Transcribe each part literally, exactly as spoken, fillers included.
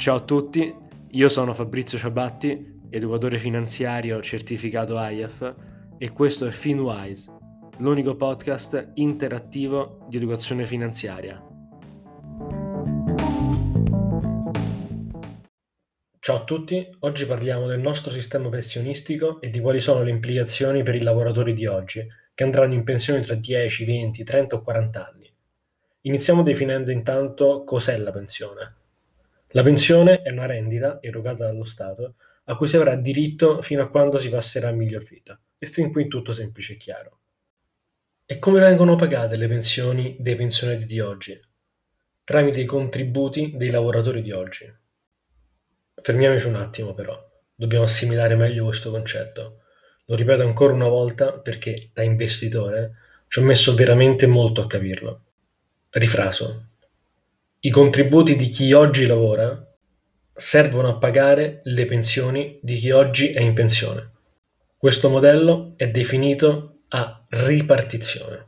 Ciao a tutti, io sono Fabrizio Ciabatti, educatore finanziario certificato I A F e questo è FinWise, l'unico podcast interattivo di educazione finanziaria. Ciao a tutti, oggi parliamo del nostro sistema pensionistico e di quali sono le implicazioni per i lavoratori di oggi, che andranno in pensione tra dieci, venti, trenta o quaranta anni. Iniziamo definendo intanto cos'è la pensione. La pensione è una rendita erogata dallo Stato a cui si avrà diritto fino a quando si passerà a miglior vita, e fin qui tutto semplice e chiaro. E come vengono pagate le pensioni dei pensionati di oggi? Tramite i contributi dei lavoratori di oggi. Fermiamoci un attimo però, dobbiamo assimilare meglio questo concetto. Lo ripeto ancora una volta perché, da investitore, ci ho messo veramente molto a capirlo. Rifraso. I contributi di chi oggi lavora servono a pagare le pensioni di chi oggi è in pensione. Questo modello è definito a ripartizione.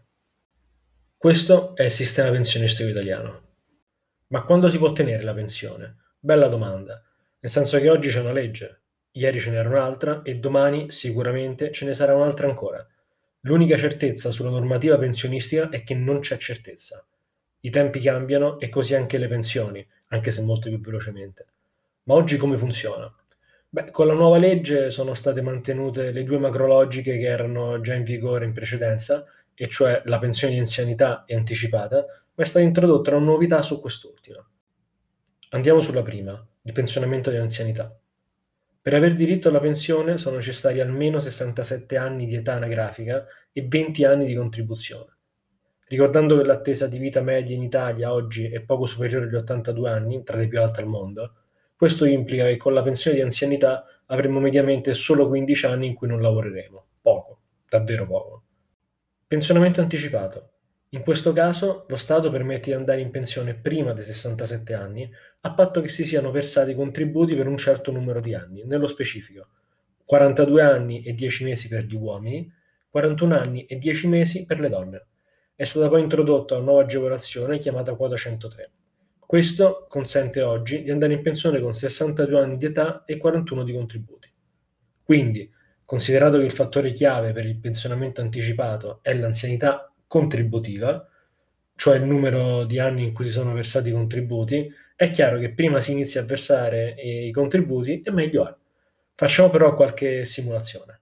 Questo è il sistema pensionistico italiano. Ma quando si può ottenere la pensione? Bella domanda, nel senso che oggi c'è una legge, ieri ce n'era un'altra e domani sicuramente ce ne sarà un'altra ancora. L'unica certezza sulla normativa pensionistica è che non c'è certezza. I tempi cambiano e così anche le pensioni, anche se molto più velocemente. Ma oggi come funziona? Beh, con la nuova legge sono state mantenute le due macrologiche che erano già in vigore in precedenza, e cioè la pensione di anzianità e anticipata, ma è stata introdotta una novità su quest'ultima. Andiamo sulla prima, il pensionamento di anzianità. Per aver diritto alla pensione sono necessari almeno sessantasette anni di età anagrafica e venti anni di contribuzione. Ricordando che l'attesa di vita media in Italia oggi è poco superiore agli ottantadue anni, tra le più alte al mondo, questo implica che con la pensione di anzianità avremo mediamente solo quindici anni in cui non lavoreremo. Poco, davvero poco. Pensionamento anticipato. In questo caso lo Stato permette di andare in pensione prima dei sessantasette anni, a patto che si siano versati contributi per un certo numero di anni, nello specifico quarantadue anni e dieci mesi per gli uomini, quarantuno anni e dieci mesi per le donne. È stata poi introdotta una nuova agevolazione chiamata quota centotré. Questo consente oggi di andare in pensione con sessantadue anni di età e quarantuno di contributi. Quindi, considerato che il fattore chiave per il pensionamento anticipato è l'anzianità contributiva, cioè il numero di anni in cui si sono versati i contributi, è chiaro che prima si inizia a versare i contributi e meglio è. Facciamo però qualche simulazione.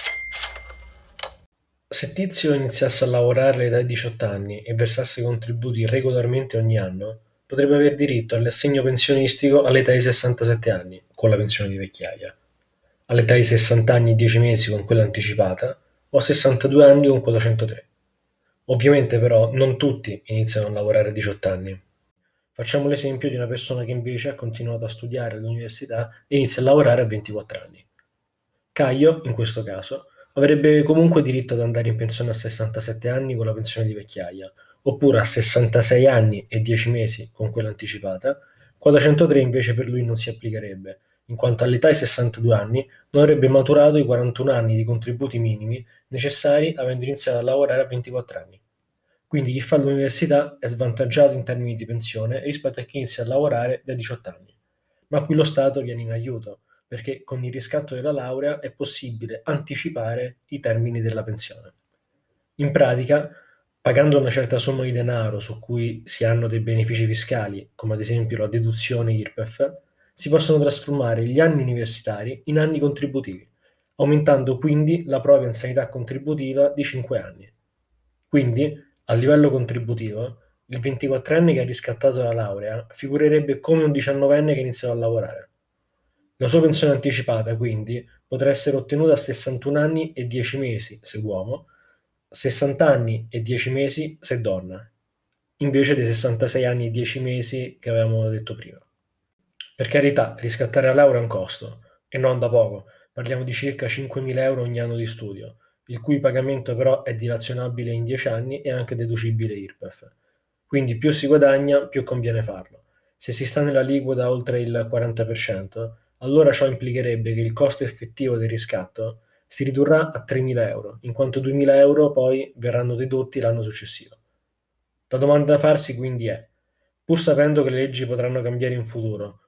Se Tizio iniziasse a lavorare all'età di diciotto anni e versasse contributi regolarmente ogni anno, potrebbe aver diritto all'assegno pensionistico all'età di sessantasette anni, con la pensione di vecchiaia, all'età di sessanta anni e dieci mesi con quella anticipata, o a sessantadue anni con quota centotré. Ovviamente però non tutti iniziano a lavorare a diciotto anni. Facciamo l'esempio di una persona che invece ha continuato a studiare all'università e inizia a lavorare a ventiquattro anni. Caio, in questo caso, avrebbe comunque diritto ad andare in pensione a sessantasette anni con la pensione di vecchiaia, oppure a sessantasei anni e dieci mesi con quella anticipata. Quota centotré invece per lui non si applicherebbe, in quanto all'età di sessantadue anni non avrebbe maturato i quarantuno anni di contributi minimi necessari avendo iniziato a lavorare a ventiquattro anni. Quindi chi fa l'università è svantaggiato in termini di pensione rispetto a chi inizia a lavorare da diciotto anni. Ma qui lo Stato viene in aiuto, perché con il riscatto della laurea è possibile anticipare i termini della pensione. In pratica, pagando una certa somma di denaro su cui si hanno dei benefici fiscali, come ad esempio la deduzione I R P E F, si possono trasformare gli anni universitari in anni contributivi, aumentando quindi la propria anzianità contributiva di cinque anni. Quindi, a livello contributivo, il ventiquattrenne che ha riscattato la laurea figurerebbe come un diciannovenne che ha iniziato a lavorare. La sua pensione anticipata, quindi, potrà essere ottenuta a sessantuno anni e dieci mesi se uomo, sessanta anni e dieci mesi se donna, invece dei sessantasei anni e dieci mesi che avevamo detto prima. Per carità, riscattare la laurea è un costo, e non da poco, parliamo di circa cinquemila euro ogni anno di studio, il cui pagamento però è dilazionabile in dieci anni e anche deducibile I R P E F. Quindi più si guadagna, più conviene farlo. Se si sta nell'aliquota oltre il quaranta per cento, allora ciò implicherebbe che il costo effettivo del riscatto si ridurrà a tremila euro, in quanto duemila euro poi verranno dedotti l'anno successivo. La domanda da farsi quindi è: pur sapendo che le leggi potranno cambiare in futuro,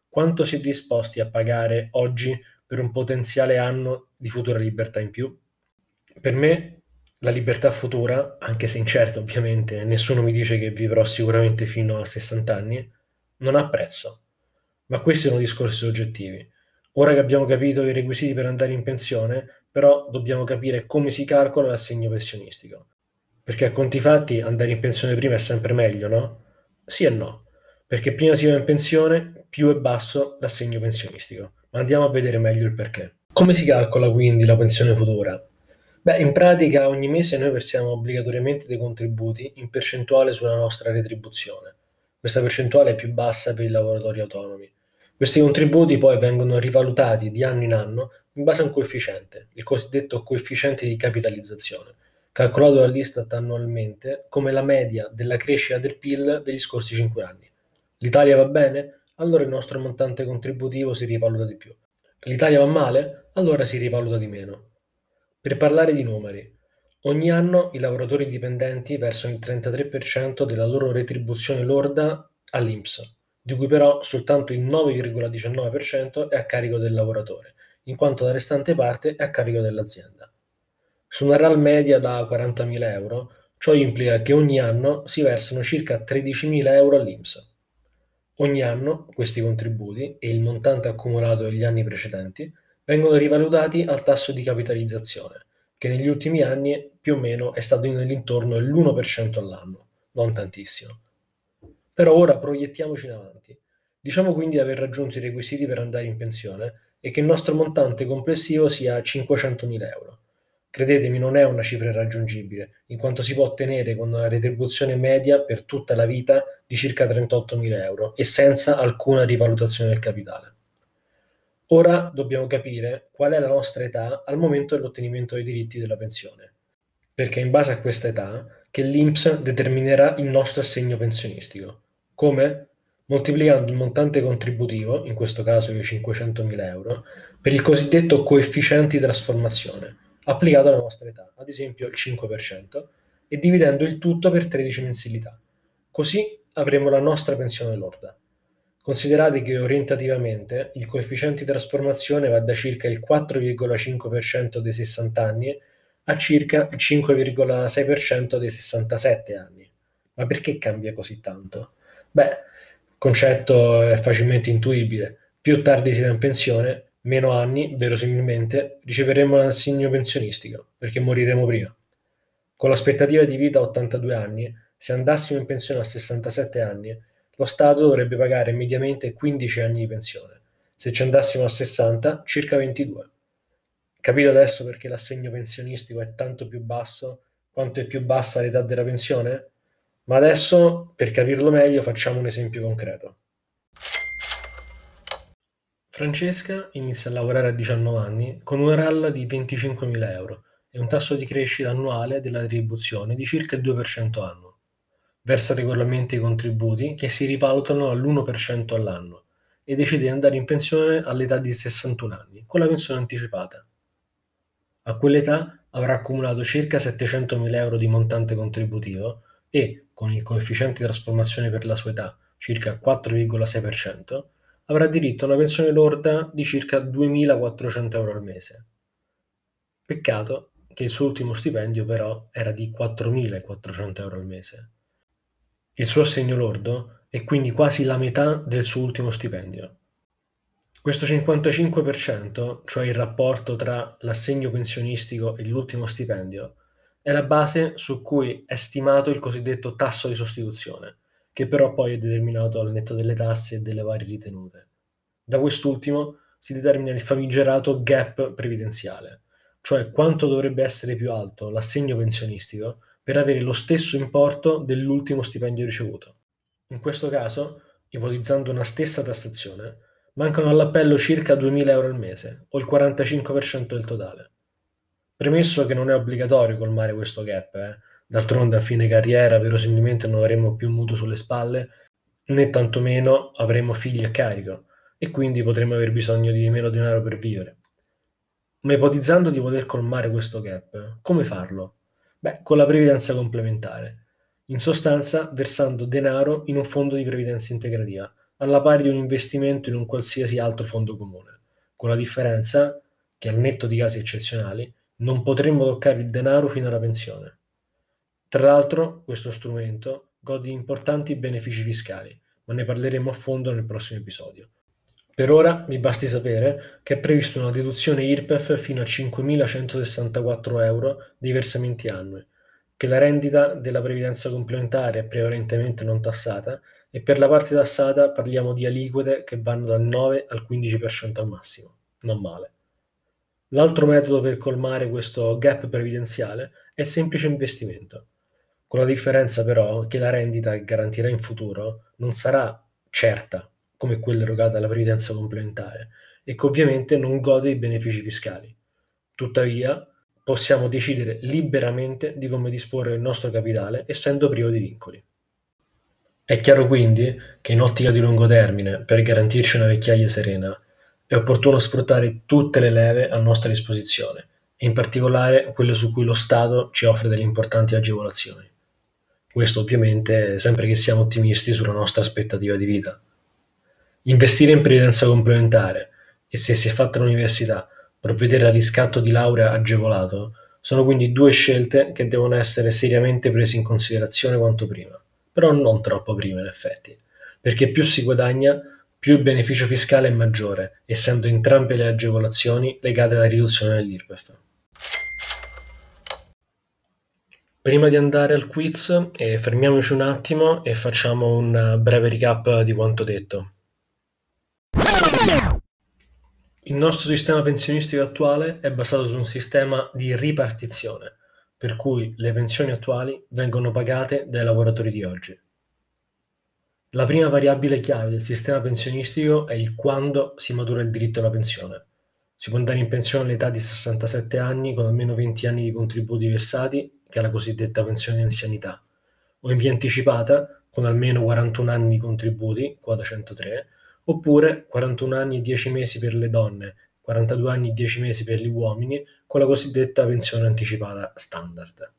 quanto si è disposti a pagare oggi per un potenziale anno di futura libertà in più? Per me la libertà futura, anche se incerta ovviamente, nessuno mi dice che vivrò sicuramente fino a sessanta anni, non ha prezzo. Ma questi sono discorsi soggettivi. Ora che abbiamo capito i requisiti per andare in pensione, però dobbiamo capire come si calcola l'assegno pensionistico. Perché a conti fatti andare in pensione prima è sempre meglio, no? Sì e no, perché prima si va in pensione, più è basso l'assegno pensionistico. Ma andiamo a vedere meglio il perché. Come si calcola quindi la pensione futura? Beh, in pratica ogni mese noi versiamo obbligatoriamente dei contributi in percentuale sulla nostra retribuzione. Questa percentuale è più bassa per i lavoratori autonomi. Questi contributi poi vengono rivalutati di anno in anno in base a un coefficiente, il cosiddetto coefficiente di capitalizzazione, calcolato dall'Istat annualmente come la media della crescita del P I L degli scorsi cinque anni. L'Italia va bene? Allora il nostro montante contributivo si rivaluta di più. L'Italia va male? Allora si rivaluta di meno. Per parlare di numeri, ogni anno i lavoratori dipendenti versano il trentatré per cento della loro retribuzione lorda all'I N P S, di cui però soltanto il nove virgola diciannove per cento è a carico del lavoratore, in quanto la restante parte è a carico dell'azienda. Su una R A L media da quarantamila euro, ciò implica che ogni anno si versano circa tredicimila euro all'I N P S. Ogni anno questi contributi e il montante accumulato negli anni precedenti vengono rivalutati al tasso di capitalizzazione, che negli ultimi anni più o meno è stato nell'intorno dell'uno per cento all'anno, non tantissimo. Però ora proiettiamoci in avanti. Diciamo quindi di aver raggiunto i requisiti per andare in pensione e che il nostro montante complessivo sia cinquecentomila euro. Credetemi, non è una cifra irraggiungibile, in quanto si può ottenere con una retribuzione media per tutta la vita di circa trentottomila euro e senza alcuna rivalutazione del capitale. Ora dobbiamo capire qual è la nostra età al momento dell'ottenimento dei diritti della pensione, perché è in base a questa età che l'I N P S determinerà il nostro assegno pensionistico. Come? Moltiplicando il montante contributivo, in questo caso i cinquecentomila euro, per il cosiddetto coefficiente di trasformazione, applicato alla nostra età, ad esempio il cinque per cento, e dividendo il tutto per tredici mensilità. Così avremo la nostra pensione lorda. Considerate che orientativamente il coefficiente di trasformazione va da circa il quattro virgola cinque per cento dei sessanta anni a circa il cinque virgola sei per cento dei sessantasette anni. Ma perché cambia così tanto? Beh, il concetto è facilmente intuibile. Più tardi si va in pensione, meno anni, verosimilmente, riceveremo l'assegno pensionistico, perché moriremo prima. Con l'aspettativa di vita a ottantadue anni, se andassimo in pensione a sessantasette anni, lo Stato dovrebbe pagare mediamente quindici anni di pensione. Se ci andassimo a sessanta, circa ventidue. Capito adesso perché l'assegno pensionistico è tanto più basso quanto è più bassa l'età della pensione? Ma adesso, per capirlo meglio, facciamo un esempio concreto. Francesca inizia a lavorare a diciannove anni con una R A L di venticinquemila euro e un tasso di crescita annuale della retribuzione di circa il due per cento annuo. Versa regolarmente i contributi che si rivalutano all'uno per cento all'anno e decide di andare in pensione all'età di sessantuno anni con la pensione anticipata. A quell'età avrà accumulato circa settecentomila euro di montante contributivo e, con il coefficiente di trasformazione per la sua età, circa quattro virgola sei per cento, avrà diritto a una pensione lorda di circa duemilaquattrocento euro al mese. Peccato che il suo ultimo stipendio però era di quattromilaquattrocento euro al mese. Il suo assegno lordo è quindi quasi la metà del suo ultimo stipendio. Questo cinquantacinque per cento, cioè il rapporto tra l'assegno pensionistico e l'ultimo stipendio, è la base su cui è stimato il cosiddetto tasso di sostituzione, che però poi è determinato al netto delle tasse e delle varie ritenute. Da quest'ultimo si determina il famigerato gap previdenziale, cioè quanto dovrebbe essere più alto l'assegno pensionistico per avere lo stesso importo dell'ultimo stipendio ricevuto. In questo caso, ipotizzando una stessa tassazione, mancano all'appello circa duemila euro al mese, o il quarantacinque per cento del totale. Premesso che non è obbligatorio colmare questo gap, eh, d'altronde a fine carriera verosimilmente non avremo più un mutuo sulle spalle, né tantomeno avremo figli a carico, e quindi potremo aver bisogno di meno denaro per vivere. Ma ipotizzando di poter colmare questo gap, come farlo? Beh, con la previdenza complementare. In sostanza, versando denaro in un fondo di previdenza integrativa, alla pari di un investimento in un qualsiasi altro fondo comune, con la differenza che al netto di casi eccezionali non potremmo toccare il denaro fino alla pensione. Tra l'altro, questo strumento gode di importanti benefici fiscali, ma ne parleremo a fondo nel prossimo episodio. Per ora vi basti sapere che è prevista una deduzione I R P E F fino a cinquemilacentosessantaquattro euro dei versamenti annui, che la rendita della previdenza complementare è prevalentemente non tassata e per la parte tassata parliamo di aliquote che vanno dal nove al quindici per cento al massimo. Non male. L'altro metodo per colmare questo gap previdenziale è il semplice investimento, con la differenza però che la rendita che garantirà in futuro non sarà certa come quella erogata dalla previdenza complementare e che ovviamente non gode dei benefici fiscali. Tuttavia, possiamo decidere liberamente di come disporre del nostro capitale essendo privo di vincoli. È chiaro quindi che in ottica di lungo termine, per garantirci una vecchiaia serena, è opportuno sfruttare tutte le leve a nostra disposizione, e in particolare quelle su cui lo Stato ci offre delle importanti agevolazioni. Questo ovviamente sempre che siamo ottimisti sulla nostra aspettativa di vita. Investire in previdenza complementare e, se si è fatta l'università, provvedere al riscatto di laurea agevolato sono quindi due scelte che devono essere seriamente prese in considerazione quanto prima, però non troppo prima in effetti, perché più si guadagna, più il beneficio fiscale è maggiore, essendo entrambe le agevolazioni legate alla riduzione dell'I R P E F. Prima di andare al quiz, eh, fermiamoci un attimo e facciamo un breve recap di quanto detto. Il nostro sistema pensionistico attuale è basato su un sistema di ripartizione, per cui le pensioni attuali vengono pagate dai lavoratori di oggi. La prima variabile chiave del sistema pensionistico è il quando si matura il diritto alla pensione. Si può andare in pensione all'età di sessantasette anni con almeno venti anni di contributi versati, che è la cosiddetta pensione di anzianità, o in via anticipata con almeno quarantuno anni di contributi, quota centotré, oppure quarantuno anni e dieci mesi per le donne, quarantadue anni e dieci mesi per gli uomini, con la cosiddetta pensione anticipata standard.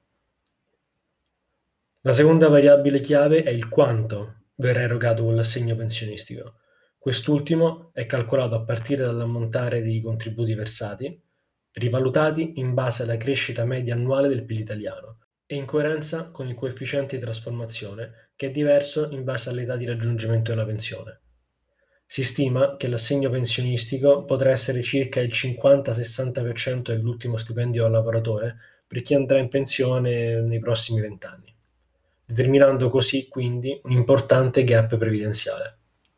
La seconda variabile chiave è il quanto verrà erogato con l'assegno pensionistico. Quest'ultimo è calcolato a partire dall'ammontare dei contributi versati, rivalutati in base alla crescita media annuale del P I L italiano e in coerenza con il coefficiente di trasformazione, che è diverso in base all'età di raggiungimento della pensione. Si stima che l'assegno pensionistico potrà essere circa il cinquanta-sessanta per cento dell'ultimo stipendio al lavoratore per chi andrà in pensione nei prossimi vent'anni, determinando così quindi un importante gap previdenziale.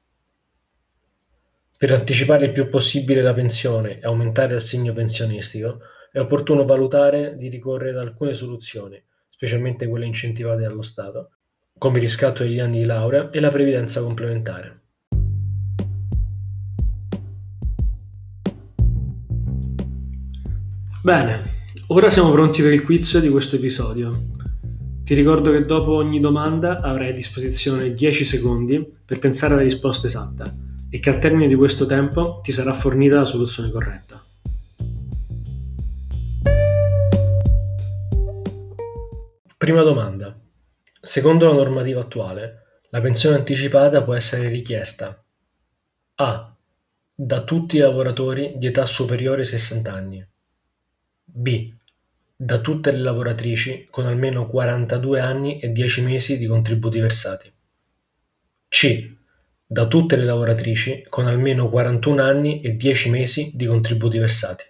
Per anticipare il più possibile la pensione e aumentare l'assegno pensionistico, è opportuno valutare di ricorrere ad alcune soluzioni, specialmente quelle incentivate dallo Stato, come il riscatto degli anni di laurea e la previdenza complementare. Bene, ora siamo pronti per il quiz di questo episodio. Ti ricordo che dopo ogni domanda avrai a disposizione dieci secondi per pensare alla risposta esatta e che al termine di questo tempo ti sarà fornita la soluzione corretta. Prima domanda. Secondo la normativa attuale, la pensione anticipata può essere richiesta A. Da tutti i lavoratori di età superiore ai sessanta anni. B. Da tutte le lavoratrici con almeno quarantadue anni e dieci mesi di contributi versati. C. Da tutte le lavoratrici con almeno quarantuno anni e dieci mesi di contributi versati.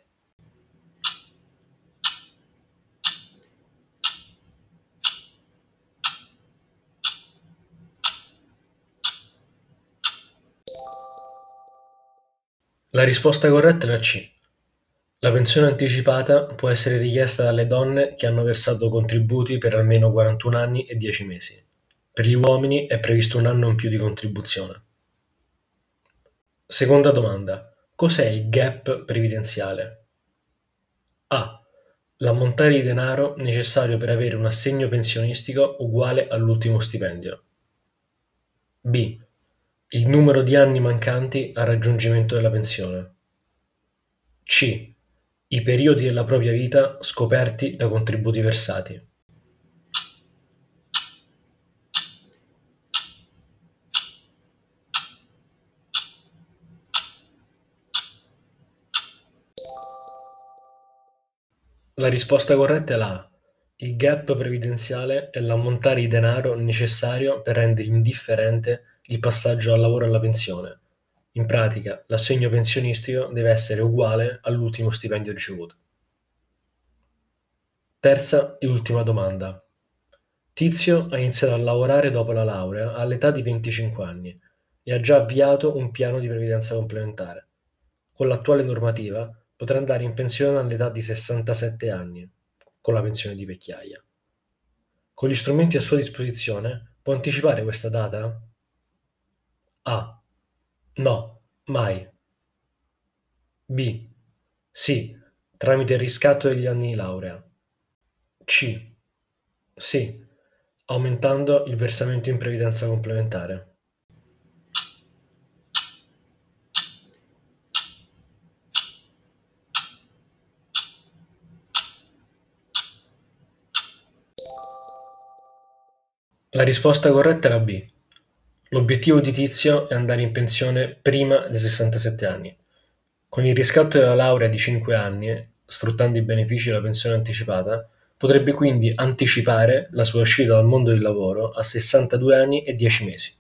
La risposta corretta è la C. La pensione anticipata può essere richiesta dalle donne che hanno versato contributi per almeno quarantuno anni e dieci mesi. Per gli uomini è previsto un anno in più di contribuzione. Seconda domanda. Cos'è il gap previdenziale? A. L'ammontare di denaro necessario per avere un assegno pensionistico uguale all'ultimo stipendio. B. Il numero di anni mancanti al raggiungimento della pensione. C. I periodi della propria vita scoperti da contributi versati. La risposta corretta è la A. Il gap previdenziale è l'ammontare di denaro necessario per rendere indifferente il passaggio dal lavoro alla pensione. In pratica, l'assegno pensionistico deve essere uguale all'ultimo stipendio ricevuto. Terza e ultima domanda. Tizio ha iniziato a lavorare dopo la laurea all'età di venticinque anni e ha già avviato un piano di previdenza complementare. Con l'attuale normativa potrà andare in pensione all'età di sessantasette anni, con la pensione di vecchiaia. Con gli strumenti a sua disposizione può anticipare questa data? A. No, mai. B. Sì, tramite il riscatto degli anni di laurea. C. Sì, aumentando il versamento in previdenza complementare. La risposta corretta è la B. L'obiettivo di Tizio è andare in pensione prima dei sessantasette anni. Con il riscatto della laurea di cinque anni, sfruttando i benefici della pensione anticipata, potrebbe quindi anticipare la sua uscita dal mondo del lavoro a sessantadue anni e dieci mesi.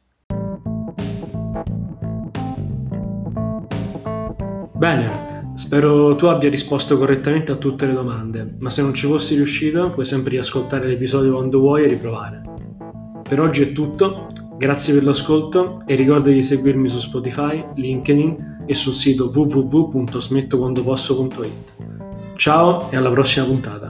Bene, spero tu abbia risposto correttamente a tutte le domande, ma se non ci fossi riuscito puoi sempre riascoltare l'episodio quando vuoi e riprovare. Per oggi è tutto, grazie per l'ascolto e ricorda di seguirmi su Spotify, LinkedIn e sul sito w w w punto smettoquandoposso punto it. Ciao e alla prossima puntata!